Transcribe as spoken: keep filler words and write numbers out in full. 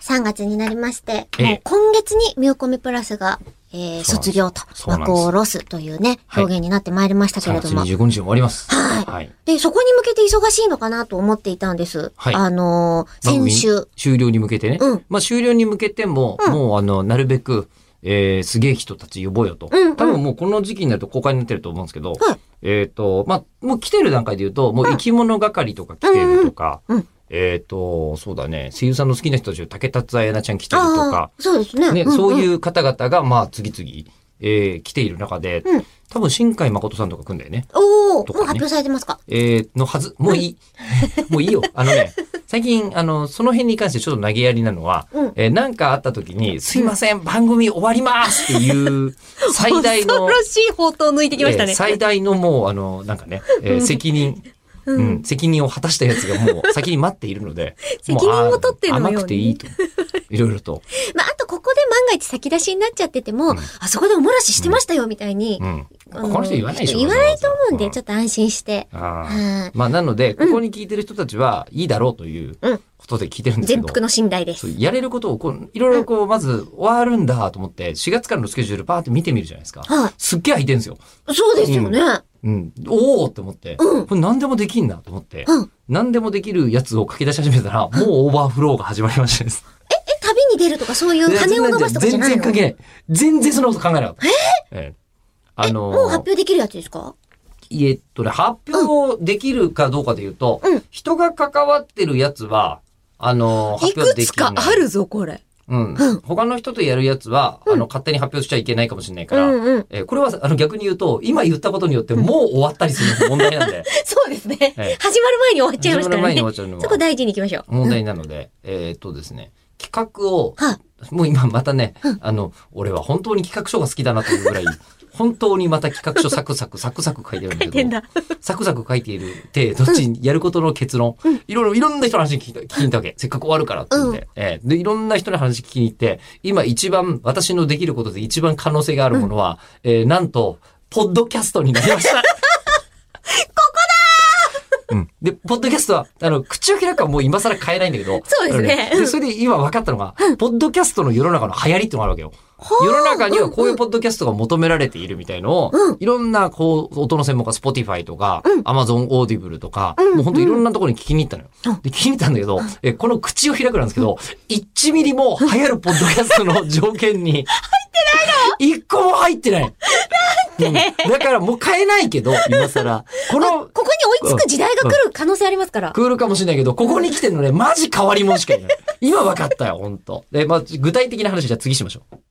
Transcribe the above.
さんがつになりまして、もう今月にミューコミプラスが、えー、卒業と幕を下ろすというね、表現になってまいりましたけれども。 さんがつにじゅうごにちに終わります。 はい。はい。で、そこに向けて忙しいのかなと思っていたんです。はい。あのー、先週。 終了に向けてね。うん。まあ終了に向けても、うん、もうあの、なるべく、えー、すげえ人たち呼ぼうよと。うんうん、多分もうこの時期になると公開になってると思うんですけど、はい、えっ、ー、と、まあ、もう来てる段階で言うと、もう生き物係とか来てるとか、うんうんうん、えっ、ー、と、そうだね、声優さんの好きな人たち、竹達彩菜ちゃん来てるとか、 そうですね。 ね、うんうん、そういう方々が、まあ、次々、えー、来ている中で、うん、多分、新海誠さんとか来るんだよね。 おー、ね、もう発表されてますか？ えー、のはず、もういい。もういいよ。あのね、最近、あの、その辺に関してちょっと投げやりなのは、うん、えー、なんかあった時に、すいません、番組終わりますっていう、最大の、 恐ろしい宝刀抜いてきましたね。 えー、最大のもう、あの、なんかね、えー、責任、うんうん、責任を果たしたやつがもう先に待っているので、 責任を取ってるのよ、ね。 甘くていいと。いろいろと。 まあ、あとここで万が一先出しになっちゃってても、うん、あそこでおもらししてましたよ、みたいに。うん。 この人言わないでしょ。 言わないと思うんで、うん、ちょっと安心して。 あうん、まあ、なので、ここに聞いてる人たちはいいだろうということで聞いてるんですけど。 全幅の信頼です。 やれることをこう、いろいろこう、まず終わるんだと思って、しがつからのスケジュールパーって見てみるじゃないですか。はい、すっげえ空いてるんですよ。 そうですよね。うんうん。おーって思って、うん、これ何でもできんなと思って、うん、何でもできるやつを書き出し始めたら、もうオーバーフローが始まりましたです。 え、え、旅に出るとかそういう羽を伸ばすとかじゃないの？ 全然関係ない。全然そんなこと考えなかった。 えー、 えーあのー、 もう発表できるやつですか？ えっとね、発表できるかどうかで言うと、うん、人が関わってるやつは、あのー、発表できない。 いくつかあるぞ、これ。 うん。うん、他の人とやるやつは、うん、あの、勝手に発表しちゃいけないかもしれないから、うんうんえー、これは、あの、逆に言うと、今言ったことによってもう終わったりする問題なんで。 そうですね、えー。始まる前に終わっちゃいますからね。始まる前に終わっちゃうのは。そこ大事に行きましょう。 問題なので、うん、えー、っとですね、企画を、はもう今またね、うん、あの、俺は本当に企画書が好きだなというぐらい、本当にまた企画書サクサクサクサク書いてるんだけど、サクサク書いているって、どっちにやることの結論、うん、いろいろ、いろんな人の話聞き聞きに行ったわけ。せっかく終わるからって言って、うんえー、で、いろんな人の話聞きに行って、今一番、私のできることで一番可能性があるものは、うんえー、なんと、ポッドキャストになりました。うん。で、ポッドキャストは、あの、口を開くはもう今更変えないんだけど。 そうですね。 で、それで今分かったのが、うん、ポッドキャストの世の中の流行りってのがあるわけよ。世の中にはこういうポッドキャストが求められているみたいのを、うん、いろんな、こう、音の専門家、Spotify とか、うん、Amazon Audible とか、うん、もうほんといろんなところに聞きに行ったのよ。うん、で、聞きに行ったんだけど、うん、え、この口を開くなんですけど、いちミリも流行るポッドキャストの条件に、入ってないの一個も入ってない。なんで、うん、だからもう変えないけど、今更。この、 ここに追いつく時代が来る可能性ありますから。 来るかもしれないけど、ここに来てるのね、マジ変わりもんしかいない。今分かったよ、ほんと。で、まあ、具体的な話じゃあ次しましょう。